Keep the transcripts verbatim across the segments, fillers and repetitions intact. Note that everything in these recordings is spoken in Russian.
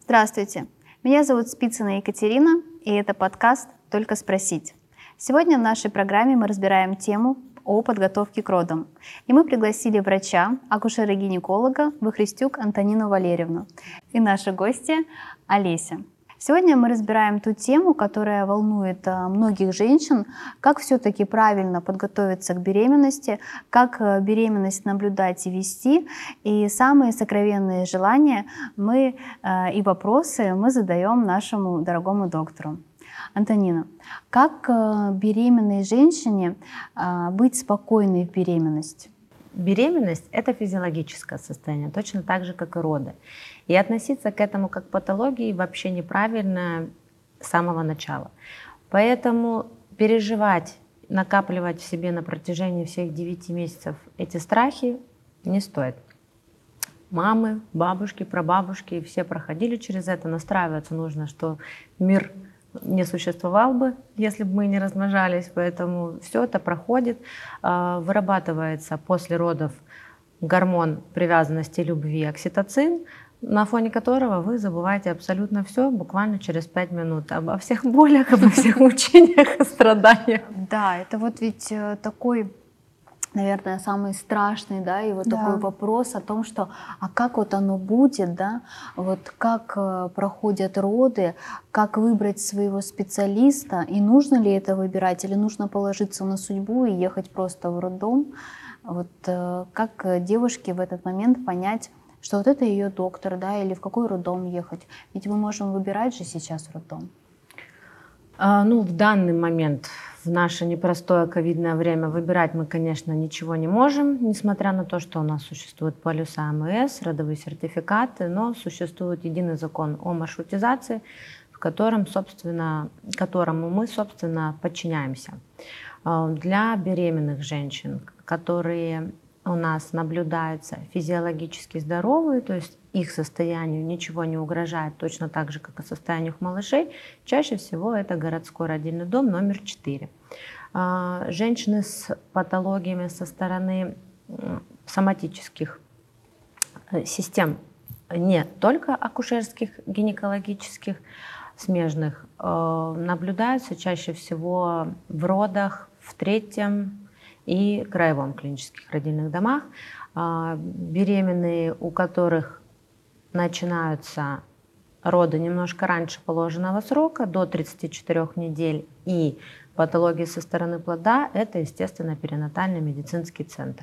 Здравствуйте, меня зовут Спицына Екатерина, и это подкаст «Только спросить». Сегодня в нашей программе мы разбираем тему о подготовке к родам. И мы пригласили врача, акушера-гинеколога Вахристюк Антонину Валерьевну и наша гостья Олеся. Сегодня мы разбираем ту тему, которая волнует многих женщин, как все-таки правильно подготовиться к беременности, как беременность наблюдать и вести. И самые сокровенные желания мы, и вопросы мы задаем нашему дорогому доктору. Антонина, как беременной женщине быть спокойной в беременности? Беременность – это физиологическое состояние, точно так же, как и роды. И относиться к этому как к патологии вообще неправильно с самого начала. Поэтому переживать, накапливать в себе на протяжении всех девяти месяцев эти страхи не стоит. Мамы, бабушки, прабабушки все проходили через это, настраиваться нужно, что мир не существовал бы, если бы мы не размножались, поэтому все это проходит, вырабатывается после родов гормон привязанности, любви, окситоцин, на фоне которого вы забываете абсолютно все буквально через пять минут обо всех болях, обо всех мучениях и страданиях. Да, это вот ведь такой, наверное, самый страшный, да, и вот да. такой вопрос о том, что, а как вот оно будет, да, вот как э, проходят роды, как выбрать своего специалиста, и нужно ли это выбирать, или нужно положиться на судьбу и ехать просто в роддом, вот э, как девушке в этот момент понять, что вот это ее доктор, да, или в какой роддом ехать, ведь мы можем выбирать же сейчас роддом. А, ну, в данный момент, в наше непростое ковидное время, выбирать мы, конечно, ничего не можем, несмотря на то, что у нас существуют полюса АМС, родовые сертификаты, но существует единый закон о маршрутизации, в котором, собственно, которому мы, собственно, подчиняемся. Для беременных женщин, которые у нас наблюдаются физиологически здоровые, то есть их состоянию ничего не угрожает, точно так же, как и состоянию малышей, чаще всего это городской родильный дом номер четыре. Женщины с патологиями со стороны соматических систем, не только акушерских, гинекологических, смежных, наблюдаются чаще всего в родах в третьем и краевом клинических родильных домах. Беременные, у которых начинаются роды немножко раньше положенного срока, до тридцати четырёх недель, и патологии со стороны плода, это, естественно, перинатальный медицинский центр.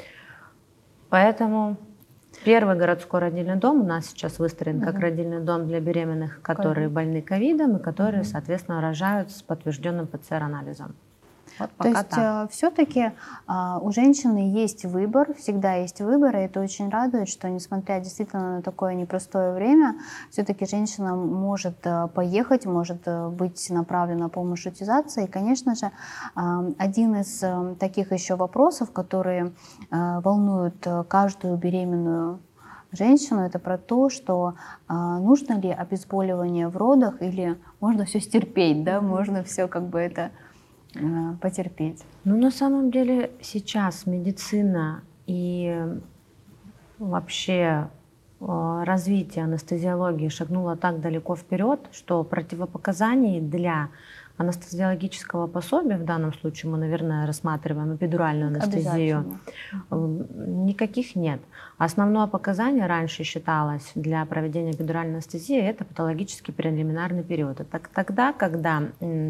Поэтому первый городской родильный дом у нас сейчас выстроен как родильный дом для беременных, которые больны ковидом и которые, соответственно, рожают с подтвержденным ПЦР-анализом. Вот То есть э, все-таки э, у женщины есть выбор, всегда есть выбор, и это очень радует, что несмотря действительно на такое непростое время, все-таки женщина может э, поехать, может э, быть направлена по маршрутизации. И, конечно же, э, один из э, таких еще вопросов, которые э, волнуют каждую беременную женщину, это про то, что э, нужно ли обезболивание в родах или можно все стерпеть, да, можно все как бы это потерпеть. Ну, на самом деле сейчас медицина и вообще развитие анестезиологии шагнуло так далеко вперед, что противопоказаний для анестезиологического пособия, в данном случае мы, наверное, рассматриваем эпидуральную анестезию, никаких нет. Основное показание раньше считалось для проведения эпидуральной анестезии — это патологический прелиминарный период. Это тогда, когда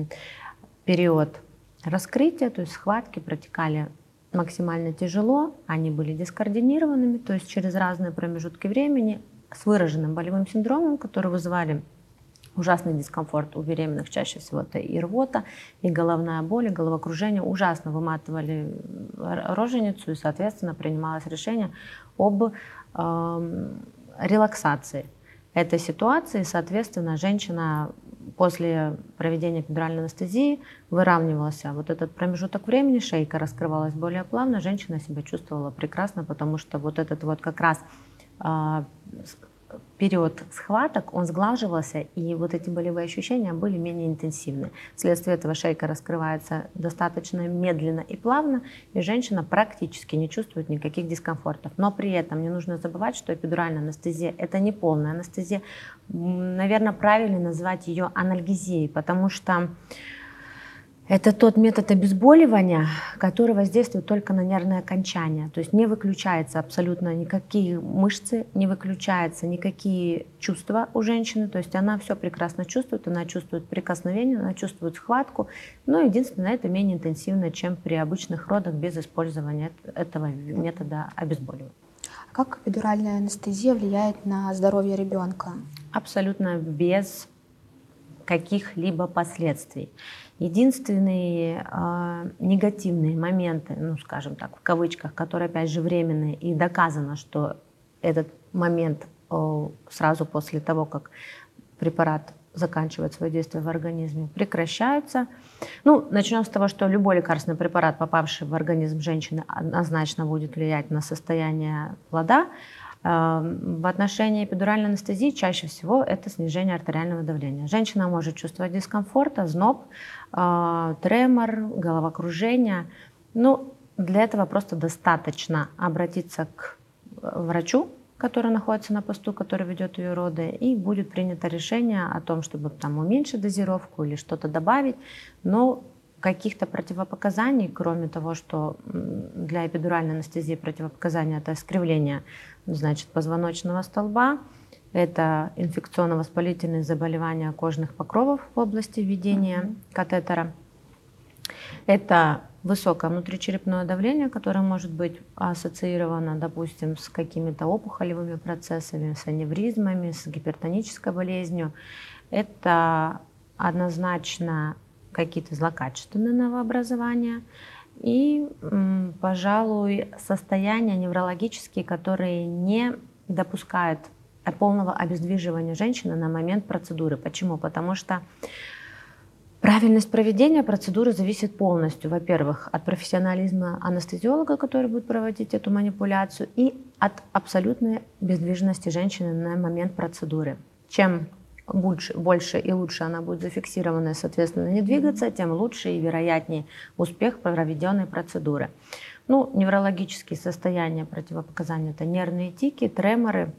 период раскрытия, то есть схватки, протекали максимально тяжело, они были дискоординированными, то есть через разные промежутки времени с выраженным болевым синдромом, которые вызывали ужасный дискомфорт у беременных, чаще всего это и рвота, и головная боль, и головокружение, ужасно выматывали роженицу, и, соответственно, принималось решение об э, релаксации этой ситуации. Соответственно, женщина после проведения эпидуральной анестезии выравнивался вот этот промежуток времени, шейка раскрывалась более плавно, женщина себя чувствовала прекрасно, потому что вот этот вот как раз э, период схваток, он сглаживался, и вот эти болевые ощущения были менее интенсивны. Вследствие этого шейка раскрывается достаточно медленно и плавно, и женщина практически не чувствует никаких дискомфортов. Но при этом не нужно забывать, что эпидуральная анестезия – это не полная анестезия. Наверное, правильно назвать ее анальгезией, потому что это тот метод обезболивания, который воздействует только на нервные окончания. То есть не выключаются абсолютно никакие мышцы, не выключаются никакие чувства у женщины. То есть она все прекрасно чувствует, она чувствует прикосновение, она чувствует схватку. Но единственное, это менее интенсивно, чем при обычных родах без использования этого метода обезболивания. Как эпидуральная анестезия влияет на здоровье ребенка? Абсолютно без каких-либо последствий. Единственные э, негативные моменты, ну скажем так, в кавычках, которые опять же временные, и доказано, что этот момент э, сразу после того, как препарат заканчивает свое действие в организме, прекращаются. Ну, начнем с того, что любой лекарственный препарат, попавший в организм женщины, однозначно будет влиять на состояние плода. В отношении эпидуральной анестезии чаще всего это снижение артериального давления. Женщина может чувствовать дискомфорт, озноб, тремор, головокружение. Ну, для этого просто достаточно обратиться к врачу, который находится на посту, который ведет ее роды, и будет принято решение о том, чтобы там уменьшить дозировку или что-то добавить. Но каких-то противопоказаний, кроме того, что для эпидуральной анестезии противопоказания — это искривление, значит, позвоночного столба, это инфекционно-воспалительные заболевания кожных покровов в области введения mm-hmm. катетера, это высокое внутричерепное давление, которое может быть ассоциировано, допустим, с какими-то опухолевыми процессами, с аневризмами, с гипертонической болезнью. Это однозначно какие-то злокачественные новообразования и, пожалуй, состояния неврологические, которые не допускают полного обездвиживания женщины на момент процедуры. Почему? Потому что правильность проведения процедуры зависит полностью, во-первых, от профессионализма анестезиолога, который будет проводить эту манипуляцию, и от абсолютной бездвижности женщины на момент процедуры. Чем Больше, больше и лучше она будет зафиксирована и, соответственно, не двигаться, тем лучше и вероятнее успех проведенной процедуры. Ну, неврологические состояния, противопоказания – это нервные тики, треморы.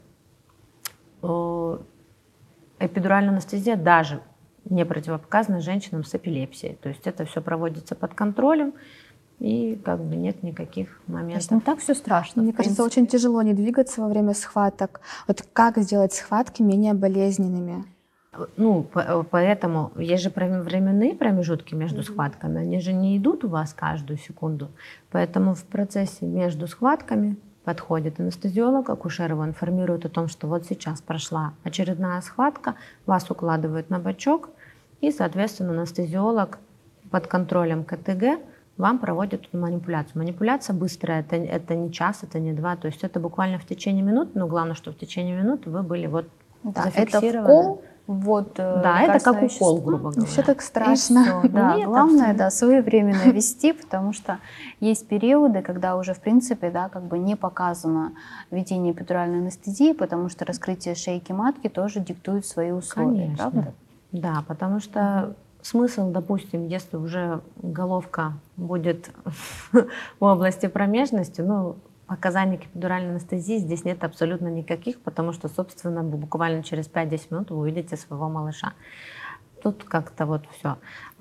Эпидуральная анестезия даже не противопоказана женщинам с эпилепсией. То есть это все проводится под контролем, и как бы нет никаких моментов. То есть не так все страшно. Мне кажется, очень тяжело не двигаться во время схваток. Вот как сделать схватки менее болезненными? Ну, поэтому есть же временные промежутки между схватками, они же не идут у вас каждую секунду. Поэтому в процессе между схватками подходит анестезиолог, акушер его информирует о том, что вот сейчас прошла очередная схватка, вас укладывают на бочок, и, соответственно, анестезиолог под контролем ка тэ гэ вам проводит эту манипуляцию. Манипуляция быстрая, это, это не час, это не два, то есть это буквально в течение минут, но главное, что в течение минуты вы были вот да, зафиксированы. Это вкол, вот, да, это как укол, грубо говоря. Все так страшно. Да, Нет, главное, да, своевременно вести, потому что есть периоды, когда уже, в принципе, да, как бы не показано введение эпидуральной анестезии, потому что раскрытие шейки матки тоже диктует свои условия, Конечно. правда? Да, потому что mm-hmm. смысл, допустим, если уже головка будет в области промежности, ну, показаний к эпидуральной анестезии здесь нет абсолютно никаких, потому что, собственно, буквально через пять-десять минут вы увидите своего малыша. Тут как-то вот все.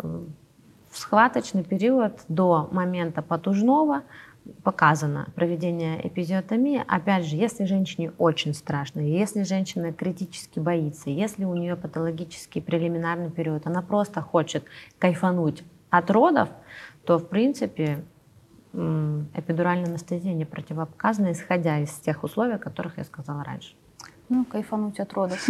В схваточный период до момента потужного показано проведение эпизиотомии. Опять же, если женщине очень страшно, если женщина критически боится, если у нее патологический прелиминарный период, она просто хочет кайфануть от родов, то, в принципе, эпидуральная анестезия не противопоказана, исходя из тех условий, о которых я сказала раньше. Ну, кайфануть от родов.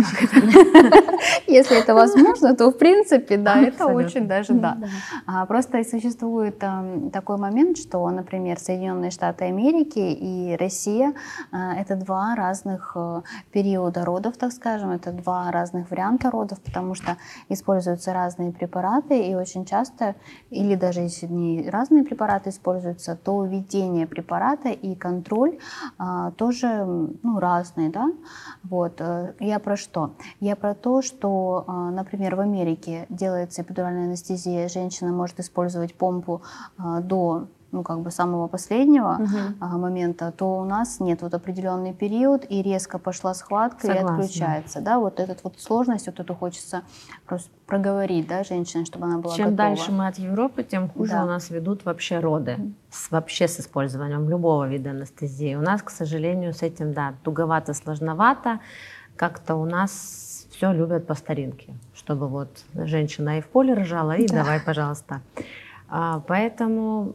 Если это возможно, то, в принципе, да, это очень даже да. Просто существует такой момент, что, например, Соединенные Штаты Америки и Россия — это два разных периода родов, так скажем, это два разных варианта родов, потому что используются разные препараты, и очень часто, или даже если не разные препараты используются, то введение препарата и контроль тоже, ну, разные, да. Вот. Я про что? Я про то, что, например, в Америке делается эпидуральная анестезия, женщина может использовать помпу до ну, как бы самого последнего Угу. момента, то у нас нет вот определенный период, и резко пошла схватка. Согласна. И отключается. Да? Вот эту вот сложность, вот эту хочется просто проговорить, да, женщине, чтобы она была Чем готова. дальше мы от Европы, тем хуже да. у нас ведут вообще роды. С, вообще с использованием любого вида анестезии. У нас, к сожалению, с этим, да, туговато, сложновато. Как-то у нас все любят по старинке. Чтобы вот женщина и в поле рожала, и да. давай, пожалуйста. А, поэтому...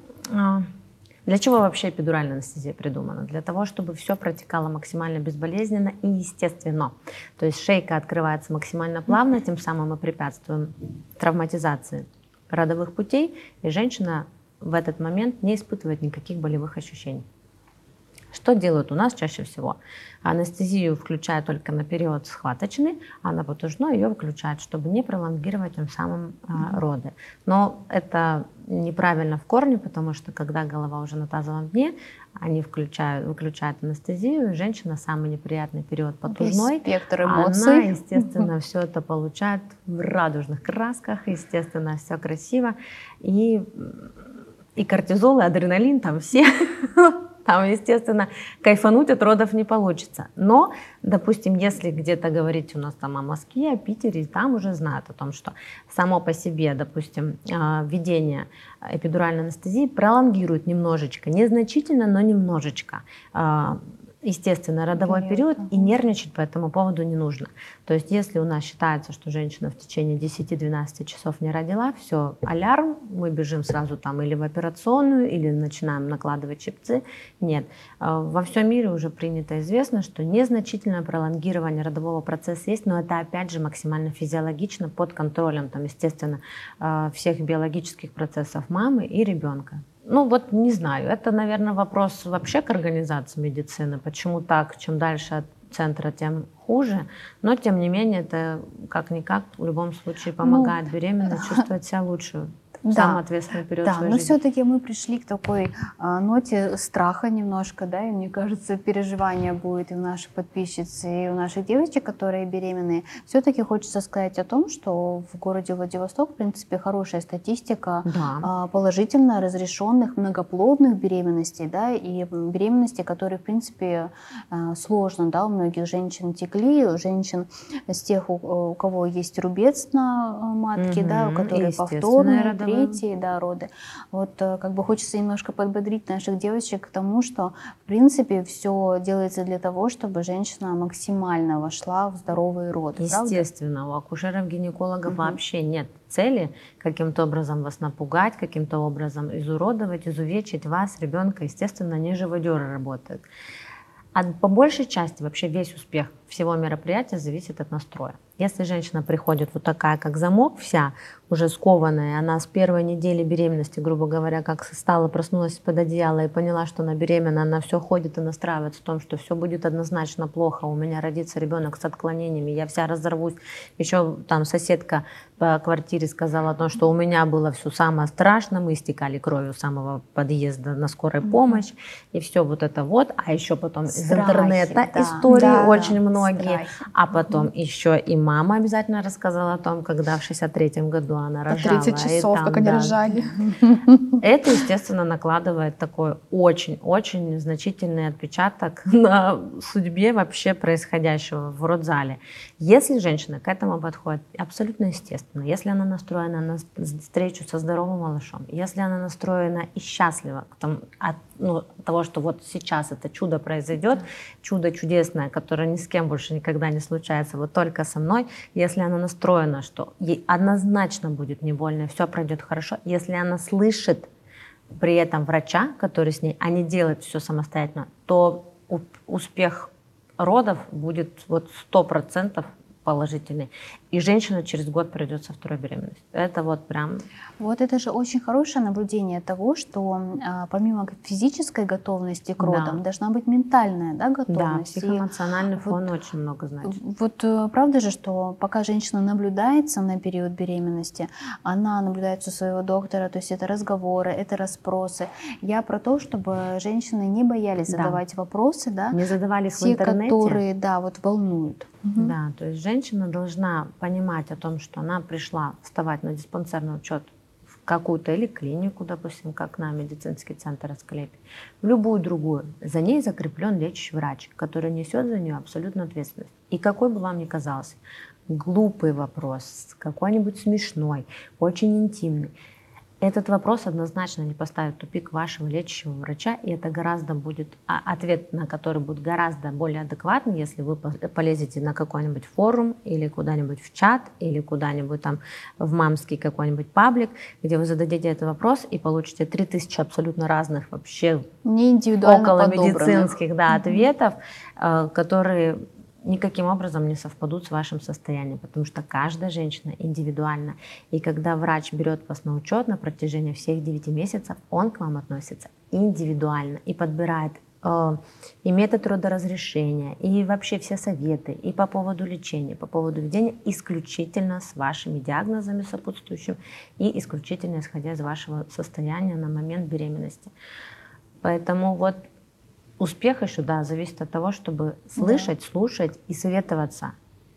Для чего вообще эпидуральная анестезия придумана? Для того, чтобы все протекало максимально безболезненно и естественно. То есть шейка открывается максимально плавно, тем самым мы препятствуем травматизации родовых путей, и женщина в этот момент не испытывает никаких болевых ощущений. Что делают у нас чаще всего? Анестезию включают только на период схваточный, а на потужной ее выключают, чтобы не пролонгировать тем самым а, роды. Но это неправильно в корне, потому что когда голова уже на тазовом дне, они включают, выключают анестезию, и женщина самый неприятный период потужной. Весь спектр эмоций. Она, естественно, все это получает в радужных красках, естественно, все красиво. И, и кортизол, и адреналин, там все... Там, естественно, кайфануть от родов не получится. Но, допустим, если где-то говорить у нас там о Москве, о Питере, там уже знают о том, что само по себе, допустим, введение эпидуральной анестезии пролонгирует немножечко, незначительно, но немножечко, естественно, родовой период, период, и нервничать по этому поводу не нужно. То есть если у нас считается, что женщина в течение десяти-двенадцати часов не родила, все, алярм, мы бежим сразу там или в операционную, или начинаем накладывать щипцы. Нет. Во всем мире уже принято известно, что незначительное пролонгирование родового процесса есть, но это опять же максимально физиологично, под контролем, там, естественно, всех биологических процессов мамы и ребенка. Ну вот не знаю, это, наверное, вопрос вообще к организации медицины, почему так, чем дальше от центра, тем хуже, но тем не менее это как-никак в любом случае помогает ну, беременной чувствовать себя лучше. Да, самый ответственный период да, своей но жизни. все-таки мы пришли к такой а, ноте страха немножко, да, и мне кажется, переживание будет и у наших подписчиц, и у наших девочек, которые беременные. Все-таки хочется сказать о том, что в городе Владивосток, в принципе, хорошая статистика да. а, положительно разрешенных многоплодных беременностей, да, и беременностей, которые, в принципе, а, сложно, да, у многих женщин текли, у женщин с тех, у, у кого есть рубец на матке, угу, да, у которых повторные, третьи, да, роды. Вот как бы хочется немножко подбодрить наших девочек к тому, что в принципе все делается для того, чтобы женщина максимально вошла в здоровые роды. Естественно, правда? У акушеров-гинекологов угу. вообще нет цели каким-то образом вас напугать, каким-то образом изуродовать, изувечить вас, ребенка. Естественно, не живодеры работают. А по большей части вообще весь успех всего мероприятия зависит от настроя. Если женщина приходит вот такая, как замок, вся уже скованная, она с первой недели беременности, грубо говоря, как стала, проснулась из-под одеяла и поняла, что она беременна, она все ходит и настраивается в том, что все будет однозначно плохо, у меня родится ребенок с отклонениями, я вся разорвусь. Еще там соседка по квартире сказала о том, что у меня было все самое страшное, мы истекали кровью с самого подъезда на скорой помощь, и все вот это вот, а еще потом из Страхи, интернета да. истории да, очень многие, Страхи. а потом mm-hmm. еще и мама обязательно рассказала о том, когда в шестьдесят третьем году она рожала. тридцать часов, там, как они да, рожали. Это, естественно, накладывает такой очень-очень значительный отпечаток на судьбе вообще происходящего в родзале. Если женщина к этому подходит абсолютно естественно, если она настроена на встречу со здоровым малышом, если она настроена и счастлива к тому, от ну, того, что вот сейчас это чудо произойдет, чудо чудесное, которое ни с кем больше никогда не случается, вот только со мной, если она настроена, что ей однозначно будет не больно, все пройдет хорошо, если она слышит при этом врача, который с ней, а не делает все самостоятельно, то успех родов будет вот сто процентов положительный. и женщина через год пройдет со второй беременностью. Это вот прям... Вот это же очень хорошее наблюдение того, что а, помимо физической готовности к родам, да, должна быть ментальная, да, готовность. Да, психоэмоциональный и фон вот, очень много значит. Вот правда же, что пока женщина наблюдается на период беременности, она наблюдается у своего доктора, то есть это разговоры, это расспросы. Я про то, чтобы женщины не боялись да. задавать вопросы, да, не задавали их те, в интернете. которые, да, вот волнуют. Угу. Да, то есть женщина должна понимать о том, что она пришла вставать на диспансерный учет в какую-то или клинику, допустим, как на медицинский центр Асклепий, в любую другую. За ней закреплен лечащий врач, который несет за нее абсолютную ответственность. И какой бы вам ни казался глупый вопрос, какой-нибудь смешной, очень интимный, этот вопрос однозначно не поставит в тупик вашего лечащего врача, и это гораздо будет, ответ на который будет гораздо более адекватный, если вы полезете на какой-нибудь форум или куда-нибудь в чат, или куда-нибудь там в мамский какой-нибудь паблик, где вы зададите этот вопрос и получите три тысячи абсолютно разных вообще не индивидуально около медицинских, да, ответов, mm-hmm. которые никаким образом не совпадут с вашим состоянием, потому что каждая женщина индивидуальна. И когда врач берет вас на учет на протяжении всех девяти месяцев, он к вам относится индивидуально и подбирает э, и метод родоразрешения, и вообще все советы, и по поводу лечения, по поводу ведения исключительно с вашими диагнозами сопутствующими и исключительно исходя из вашего состояния на момент беременности. Поэтому вот успех еще, да, зависит от того, чтобы слышать, да. слушать и советоваться,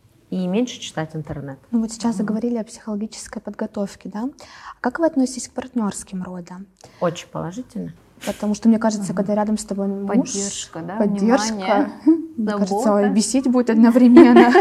и меньше читать интернет. Ну вот сейчас заговорили о психологической подготовке, да? А как вы относитесь к партнерским родам? Очень положительно. Потому что, мне кажется, когда рядом с тобой муж, поддержка, да, поддержка, внимание, мне кажется, ой, бесить будет одновременно.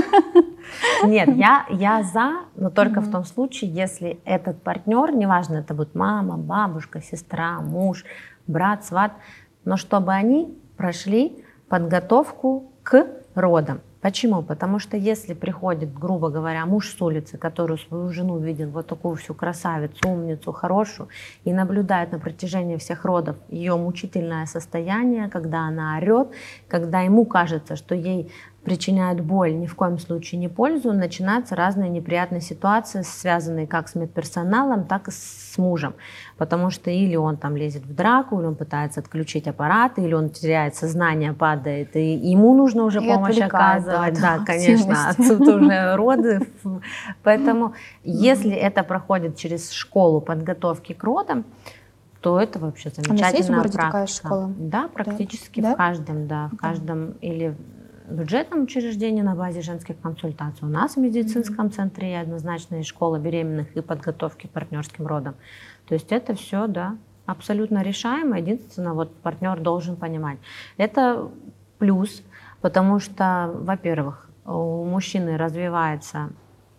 Нет, я, я за, но только в том случае, если этот партнер, неважно, это будет мама, бабушка, сестра, муж, брат, сват, но чтобы они прошли подготовку к родам. Почему? Потому что если приходит, грубо говоря, муж с улицы, который свою жену видел вот такую всю красавицу, умницу, хорошую, и наблюдает на протяжении всех родов ее мучительное состояние, когда она орет, когда ему кажется, что ей причиняют боль, ни в коем случае не пользу, начинаются разные неприятные ситуации, связанные как с медперсоналом, так и с мужем. Потому что или он там лезет в драку, или он пытается отключить аппарат, или он теряет сознание, падает, и ему нужно уже и помощь оказывать. Да, да, конечно, отсюда уже роды. Поэтому если это проходит через школу подготовки к родам, то это вообще замечательная практика. А у нас есть в городе такая школа? Да, практически да? в каждом, да, в каждом или в бюджетном учреждении на базе женских консультаций. У нас в медицинском mm-hmm. центре однозначно есть школа беременных и подготовки к партнерским родам. То есть это все, да, абсолютно решаемо. Единственное, вот партнер должен понимать. Это плюс, потому что, во-первых, у мужчины развивается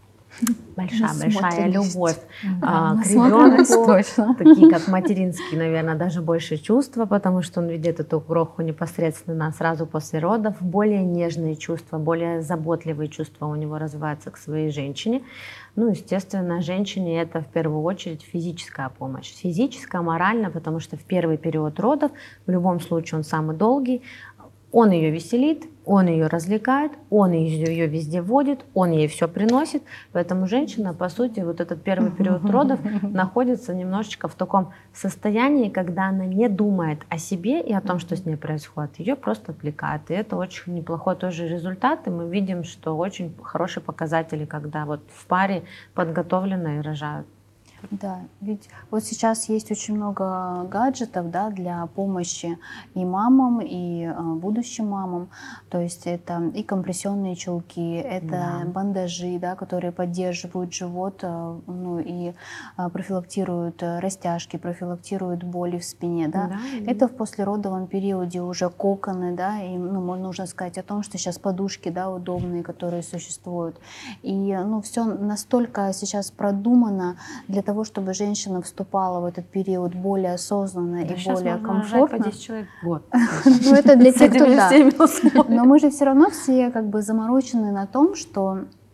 большая-большая любовь да, а, к ребенку, такие как материнские, наверное, даже больше чувства, потому что он видит эту кроху непосредственно сразу после родов, более нежные чувства, более заботливые чувства у него развиваются к своей женщине. Ну, естественно, женщине это в первую очередь физическая помощь. Физическая, моральная, потому что в первый период родов, в любом случае он самый долгий, он ее веселит, он ее развлекает, он ее везде водит, он ей все приносит. Поэтому женщина, по сути, вот этот первый период родов находится немножечко в таком состоянии, когда она не думает о себе и о том, что с ней происходит. Ее просто отвлекает. И это очень неплохой тоже результат. И мы видим, что очень хорошие показатели, когда вот в паре подготовленные рожают. Да, ведь вот сейчас есть очень много гаджетов, да, для помощи и мамам, и э, будущим мамам. То есть это и компрессионные чулки, это да. бандажи, да, которые поддерживают живот, э, ну, и э, профилактируют растяжки, профилактируют боли в спине. Да. Да, это в послеродовом периоде уже коконы, да, и ну, нужно сказать о том, что сейчас подушки, да, удобные, которые существуют. И ну, все настолько сейчас продумано для того, того, чтобы женщина вступала в этот период более осознанно да, и более комфортно. По десять человек в год. Ну это для тех, кто да. Но мы же все равно все как бы заморочены на том, что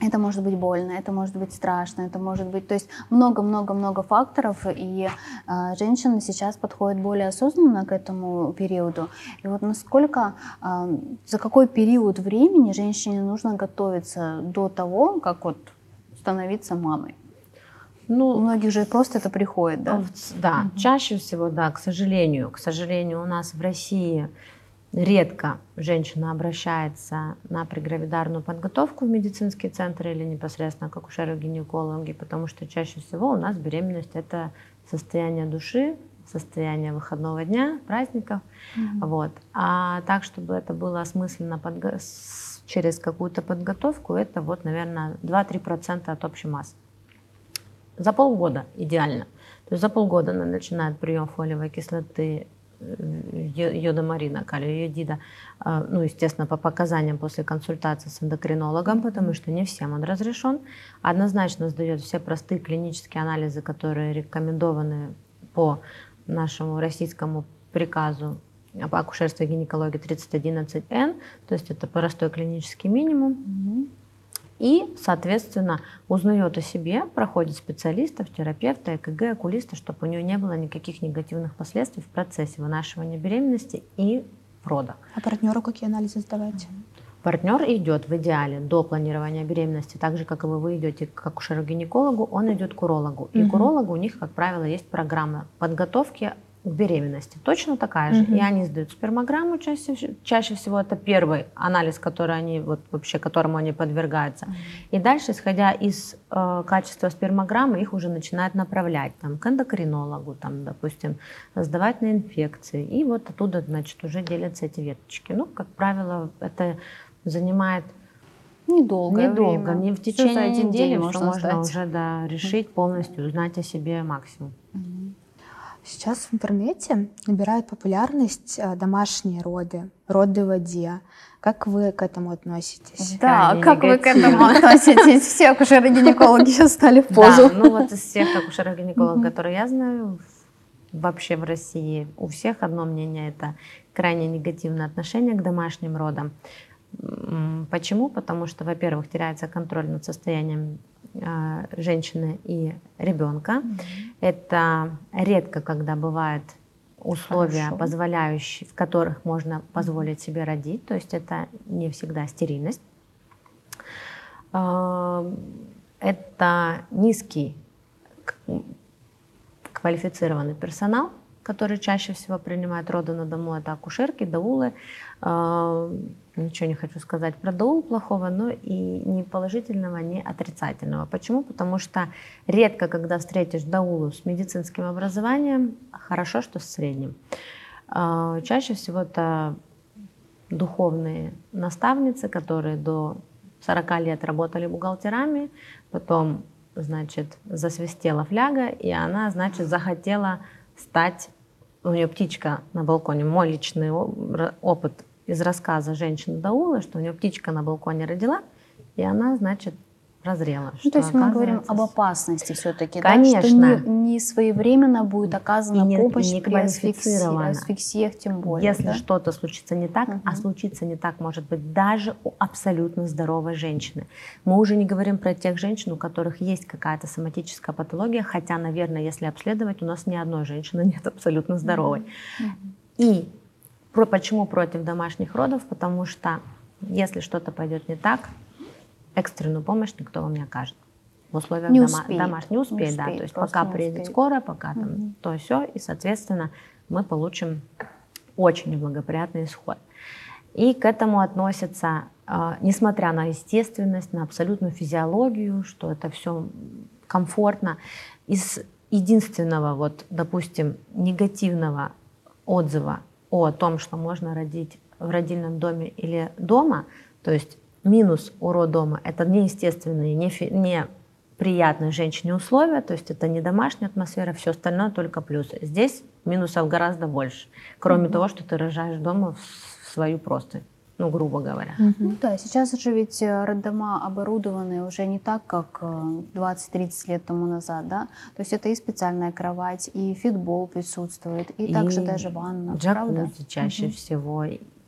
Это может быть больно, это может быть страшно, это может быть... То есть много-много-много факторов, и э, женщины сейчас подходят более осознанно к этому периоду. И вот насколько, э, за какой период времени женщине нужно готовиться до того, как вот становиться мамой? Ну, у многих же просто это приходит, да? Да, угу. Чаще всего, да, к сожалению. К сожалению, у нас в России редко женщина обращается на прегравидарную подготовку в медицинские центры или непосредственно к акушеру-гинекологу, потому что чаще всего у нас беременность — это состояние души, состояние выходного дня, праздников. Mm-hmm. Вот. А так, чтобы это было осмысленно подго- через какую-то подготовку, это вот, наверное, два-три процента от общей массы. За полгода идеально. То есть за полгода она начинает прием фолиевой кислоты, йодомарина, калия-йодида, ну, естественно, по показаниям после консультации с эндокринологом, потому что не всем он разрешен. Однозначно сдает все простые клинические анализы, которые рекомендованы по нашему российскому приказу по акушерству и гинекологии тридцать одиннадцать эн, то есть это простой клинический минимум. И, соответственно, узнает о себе, проходит специалистов, терапевта, ЭКГ, окулиста, чтобы у нее не было никаких негативных последствий в процессе вынашивания беременности и рода. А партнеру какие анализы сдавать? Партнер идет в идеале до планирования беременности, так же, как и вы, вы идете к акушеру-гинекологу, он идет к урологу. И угу. к урологу у них, как правило, есть программа подготовки к беременности, точно такая же. Угу. И они сдают спермограмму, чаще, чаще всего это первый анализ, который они, вот, вообще, которому они подвергаются. Угу. И дальше, исходя из э, качества спермограммы, их уже начинают направлять там, к эндокринологу, там, допустим, сдавать на инфекции. И вот оттуда, значит, уже делятся эти веточки. Ну, как правило, это занимает недолго, недолго, время. Не в течение один недели, день что можно сдать. Уже да, решить полностью, узнать о себе максимум. Угу. Сейчас в интернете набирают популярность домашние роды, роды в воде. Как вы к этому относитесь? Да, Крайне как негативно. Вы к этому относитесь? Все акушеры-гинекологи сейчас стали в позу. Да, ну вот из всех акушеров-гинекологов, которые я знаю, вообще в России, у всех одно мнение — это крайне негативное отношение к домашним родам. Почему? Потому что, во-первых, теряется контроль над состоянием э, женщины и ребенка. Mm-hmm. Это редко, когда бывают условия, Хорошо. позволяющие, в которых можно позволить себе родить. То есть это не всегда стерильность. Э, это низкий квалифицированный персонал, который чаще всего принимает роды на дому. Это акушерки, даулы. Э, Ничего не хочу сказать про даул плохого, но и ни положительного, ни отрицательного. Почему? Потому что редко, когда встретишь даулу с медицинским образованием, хорошо, что с средним. Чаще всего это духовные наставницы, которые до сорока лет работали бухгалтерами, потом, значит, засвистела фляга, и она, значит, захотела стать... У нее птичка на балконе, мой личный опыт из рассказа женщины-даулы, что у нее птичка на балконе родила, и она, значит, прозрела. Ну, то есть мы говорим об опасности все-таки, конечно. Да, что не, не своевременно будет оказана не, помощь не при асфиксии, асфиксиях тем более. Если да? что-то случится не так, uh-huh. а случится не так может быть даже у абсолютно здоровой женщины. Мы уже не говорим про тех женщин, у которых есть какая-то соматическая патология, хотя, наверное, если обследовать, у нас ни одной женщины нет абсолютно здоровой. Uh-huh. И про, почему против домашних родов? Потому что если что-то пойдет не так, экстренную помощь никто вам не окажет. В условиях не дома, успеет. домашних не успеет, не да. успеет, То есть пока приедет успеет. скорая, пока там угу. то и сё, и, соответственно, мы получим очень неблагоприятный исход. И к этому относятся, э, несмотря на естественность, на абсолютную физиологию, что это все комфортно, из единственного, вот, допустим, негативного отзыва о том, что можно родить в родильном доме или дома, то есть минус у роддома — это неестественные, неприятные женщине условия, то есть это не домашняя атмосфера, все остальное только плюсы. Здесь минусов гораздо больше, кроме mm-hmm. того, что ты рожаешь дома в свою простынь, ну, грубо говоря. Mm-hmm. Ну да, сейчас же ведь роддома оборудованы уже не так, как двадцать-тридцать лет тому назад, да? То есть это и специальная кровать, и фитбол присутствует, и, и также даже ванна, джакузи правда? чаще mm-hmm. всего.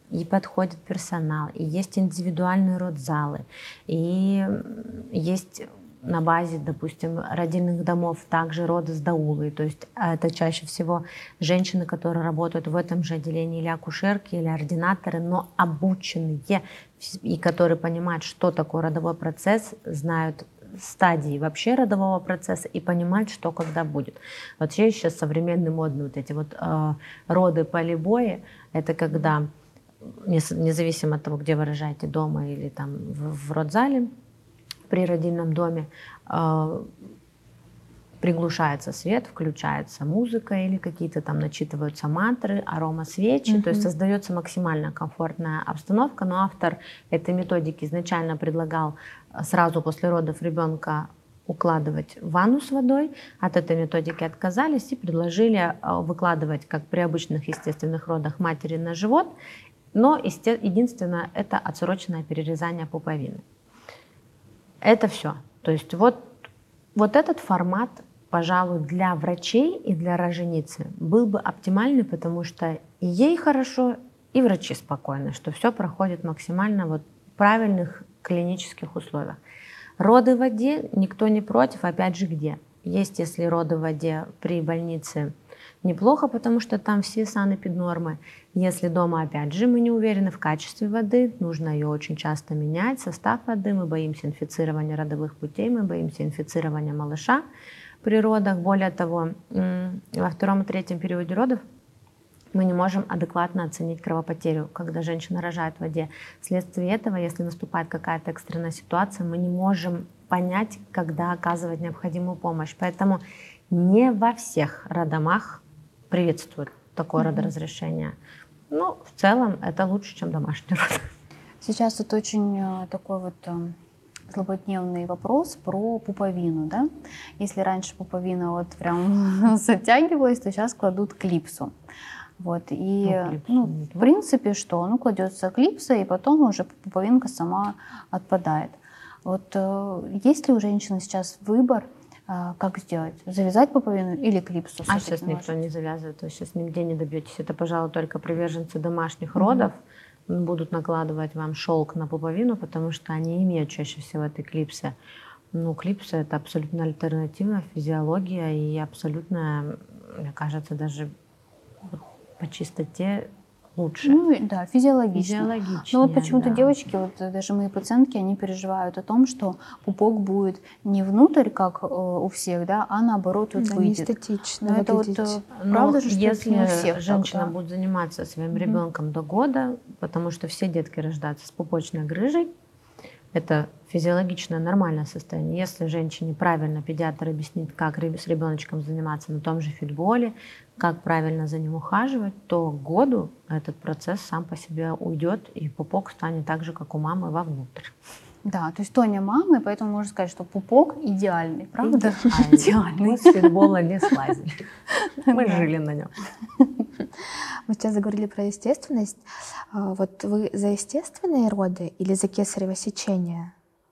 и подходит персонал, и есть индивидуальные родзалы, и есть на базе, допустим, родильных домов также роды с даулой, то есть это чаще всего женщины, которые работают в этом же отделении, или акушерки, или ординаторы, но обученные, и которые понимают, что такое родовой процесс, знают стадии вообще родового процесса и понимать, что когда будет. Вообще сейчас современные модные вот эти вот э, роды полибои, это когда, независимо от того, где вы рожаете, дома или там в, в родзале, при родильном доме, э, приглушается свет, включается музыка или какие-то там начитываются мантры, аромасвечи, mm-hmm. то есть создается максимально комфортная обстановка, но автор этой методики изначально предлагал сразу после родов ребенка укладывать в ванну с водой, от этой методики отказались и предложили выкладывать, как при обычных естественных родах, матери на живот, но единственное, это отсроченное перерезание пуповины. Это все. То есть вот, вот этот формат, пожалуй, для врачей и для роженицы был бы оптимальный, потому что и ей хорошо, и врачи спокойны, что все проходит максимально вот в правильных клинических условиях. Роды в воде никто не против, опять же, где? Есть, если роды в воде при больнице, неплохо, потому что там все санэпиднормы. Если дома, опять же, мы не уверены в качестве воды, нужно ее очень часто менять, состав воды, мы боимся инфицирования родовых путей, мы боимся инфицирования малыша при родах. Более того, во втором и третьем периоде родов мы не можем адекватно оценить кровопотерю, когда женщина рожает в воде. Вследствие этого, если наступает какая-то экстренная ситуация, мы не можем понять, когда оказывать необходимую помощь. Поэтому не во всех роддомах приветствуют такое mm-hmm. родоразрешение. Но в целом это лучше, чем домашний род. Сейчас это очень такой вот злободневный вопрос про пуповину, да? Если раньше пуповина вот прям затягивалась, то сейчас кладут клипсу. Вот, и, ну, клипсу, ну, в принципе, что? Ну, кладется клипса, и потом уже пуповинка сама отпадает. Вот есть ли у женщины сейчас выбор, как сделать? Завязать пуповину или клипсу? А сейчас никто не завязывает, то есть сейчас нигде не добьетесь. Это, пожалуй, только приверженцы домашних mm-hmm. родов будут накладывать вам шелк на пуповину, потому что они имеют чаще всего этой клипсы. Ну, клипса — это абсолютно альтернативная физиология и абсолютно, мне кажется, даже по чистоте лучше. Ну, да, физиологично. Физиологичнее, но вот почему-то да. девочки, вот даже мои пациентки, они переживают о том, что пупок будет не внутрь, как э, у всех, да, а наоборот вот да, выйдет. Не эстетично. Но это вот э, правда же, что если не у всех женщина так, да? будет заниматься своим mm-hmm. ребенком до года, потому что все детки рождаются с пупочной грыжей, это физиологичное нормальное состояние. Если женщине правильно педиатр объяснит, как с ребеночком заниматься на том же фитболе, как правильно за ним ухаживать, то к году этот процесс сам по себе уйдет, и пупок станет так же, как у мамы, вовнутрь. Да, то есть Тоня мама, и поэтому можно сказать, что пупок идеальный, правда? Идеальный. Мы с фитбола не слазили. Мы жили на нем. Мы сейчас заговорили про естественность. Вот вы за естественные роды или за кесарево сечение?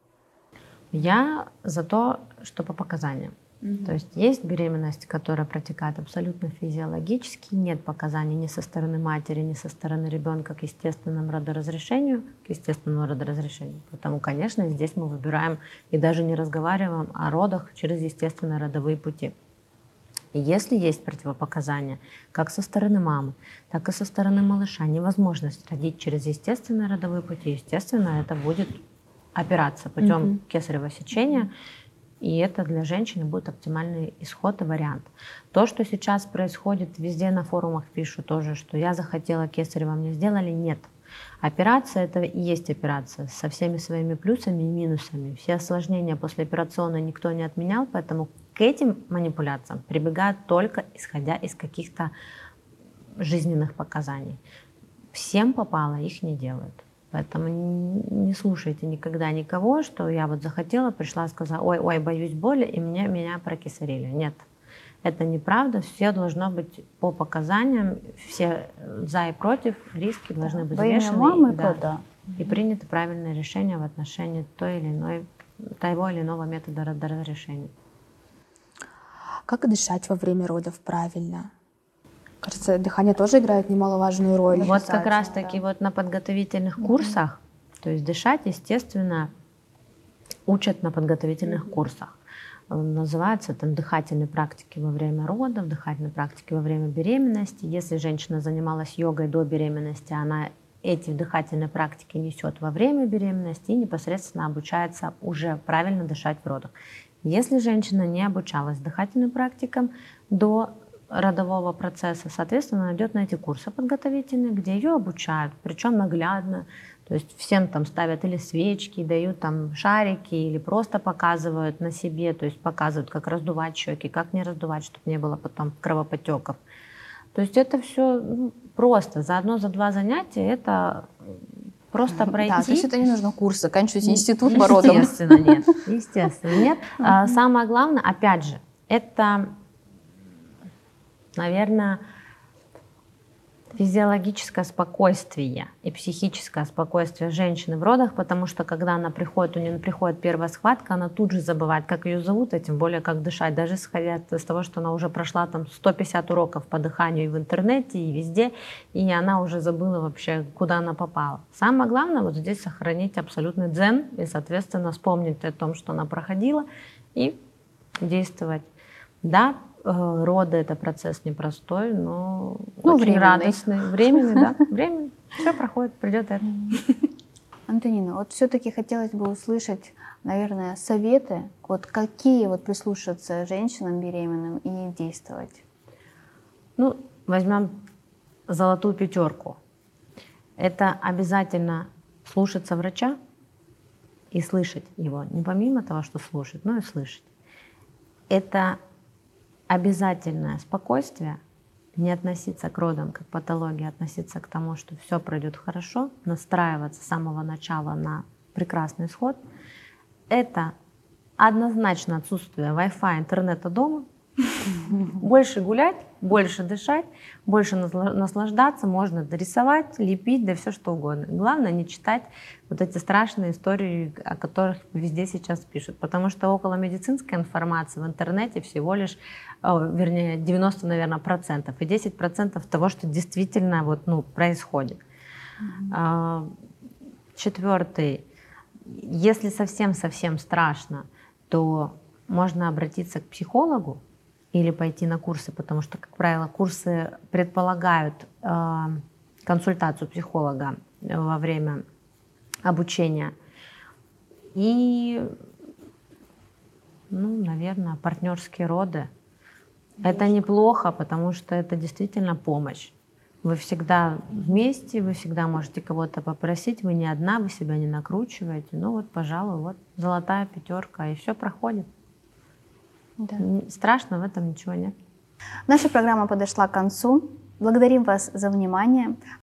Я за то, что по показаниям. Mm-hmm. То есть есть беременность, которая протекает абсолютно физиологически, нет показаний ни со стороны матери, ни со стороны ребенка к естественному родоразрешению, к естественному родоразрешению. Поэтому, конечно, здесь мы выбираем и даже не разговариваем о родах через естественные родовые пути. И если есть противопоказания, как со стороны мамы, так и со стороны малыша, невозможность родить через естественные родовые пути, естественно, это будет операция путем mm-hmm. кесарево сечения, и это для женщины будет оптимальный исход и вариант. То, что сейчас происходит, везде на форумах пишут тоже, что я захотела кесарево, мне сделали, нет. Операция — это и есть операция со всеми своими плюсами и минусами. Все осложнения послеоперационные никто не отменял, поэтому к этим манипуляциям прибегают только исходя из каких-то жизненных показаний. Всем попало, их не делают. Поэтому не слушайте никогда никого, что я вот захотела, пришла, сказала, ой, ой, боюсь боли, и меня, меня прокесарили. Нет, это неправда. Все должно быть по показаниям, все за и против, риски должны быть взвешены. Мамы, да, да. И принято правильное решение в отношении той или иной, того или иного метода родоразрешения. Как дышать во время родов правильно? Кажется, дыхание тоже играет немаловажную роль. Вот как Обязательно, раз таки да. вот на подготовительных курсах, то есть дышать, естественно, учат на подготовительных курсах. Называются там дыхательные практики во время родов, дыхательные практики во время беременности. Если женщина занималась йогой до беременности, она эти дыхательные практики несет во время беременности и непосредственно обучается уже правильно дышать в родах. Если женщина не обучалась дыхательным практикам до родового процесса, соответственно, она идет на эти курсы подготовительные, где ее обучают, причем наглядно. То есть всем там ставят или свечки, дают там шарики, или просто показывают на себе, то есть показывают, как раздувать щеки, как не раздувать, чтобы не было потом кровоподтеков. То есть это все ну, просто. За одно, за два занятия это просто пройти. Да, то есть это не нужно курс, заканчивать институт по родам. Естественно, нет. Естественно, нет. А самое главное, опять же, это, наверное, физиологическое спокойствие и психическое спокойствие женщины в родах, потому что когда она приходит, у нее приходит первая схватка, она тут же забывает, как ее зовут, а тем более как дышать, даже исходя из того, что она уже прошла там сто пятьдесят уроков по дыханию и в интернете, и везде, и она уже забыла вообще, куда она попала. Самое главное вот здесь сохранить абсолютный дзен и, соответственно, вспомнить о том, что она проходила, и действовать. Да, роды — это процесс непростой, но ну, очень временный. радостный. Временный, да, временный. Все проходит, придет это. Антонина, вот все-таки хотелось бы услышать, наверное, советы, вот какие вот прислушаться женщинам беременным и действовать. Ну, возьмем золотую пятерку. Это обязательно слушаться врача и слышать его. Не помимо того, что слушать, но и слышать. Это обязательное спокойствие, не относиться к родам как к патологии, относиться к тому, что все пройдет хорошо, настраиваться с самого начала на прекрасный исход. Это однозначно отсутствие Wi-Fi, интернета дома, больше гулять, больше дышать, больше наслаждаться, можно рисовать, лепить, да все что угодно. Главное не читать вот эти страшные истории, о которых везде сейчас пишут, потому что около медицинской информации в интернете всего лишь, вернее, девяносто, наверное, процентов и десять процентов того, что действительно вот, ну, происходит. Mm-hmm. Четвертый. Если совсем-совсем страшно, то можно обратиться к психологу или пойти на курсы, потому что, как правило, курсы предполагают э, консультацию психолога во время обучения. И, ну, наверное, партнерские роды. Это неплохо, потому что это действительно помощь. Вы всегда вместе, вы всегда можете кого-то попросить, вы не одна, вы себя не накручиваете. Ну вот, пожалуй, вот золотая пятерка, и все проходит. Да. Страшно в этом ничего нет. Наша программа подошла к концу. Благодарим вас за внимание.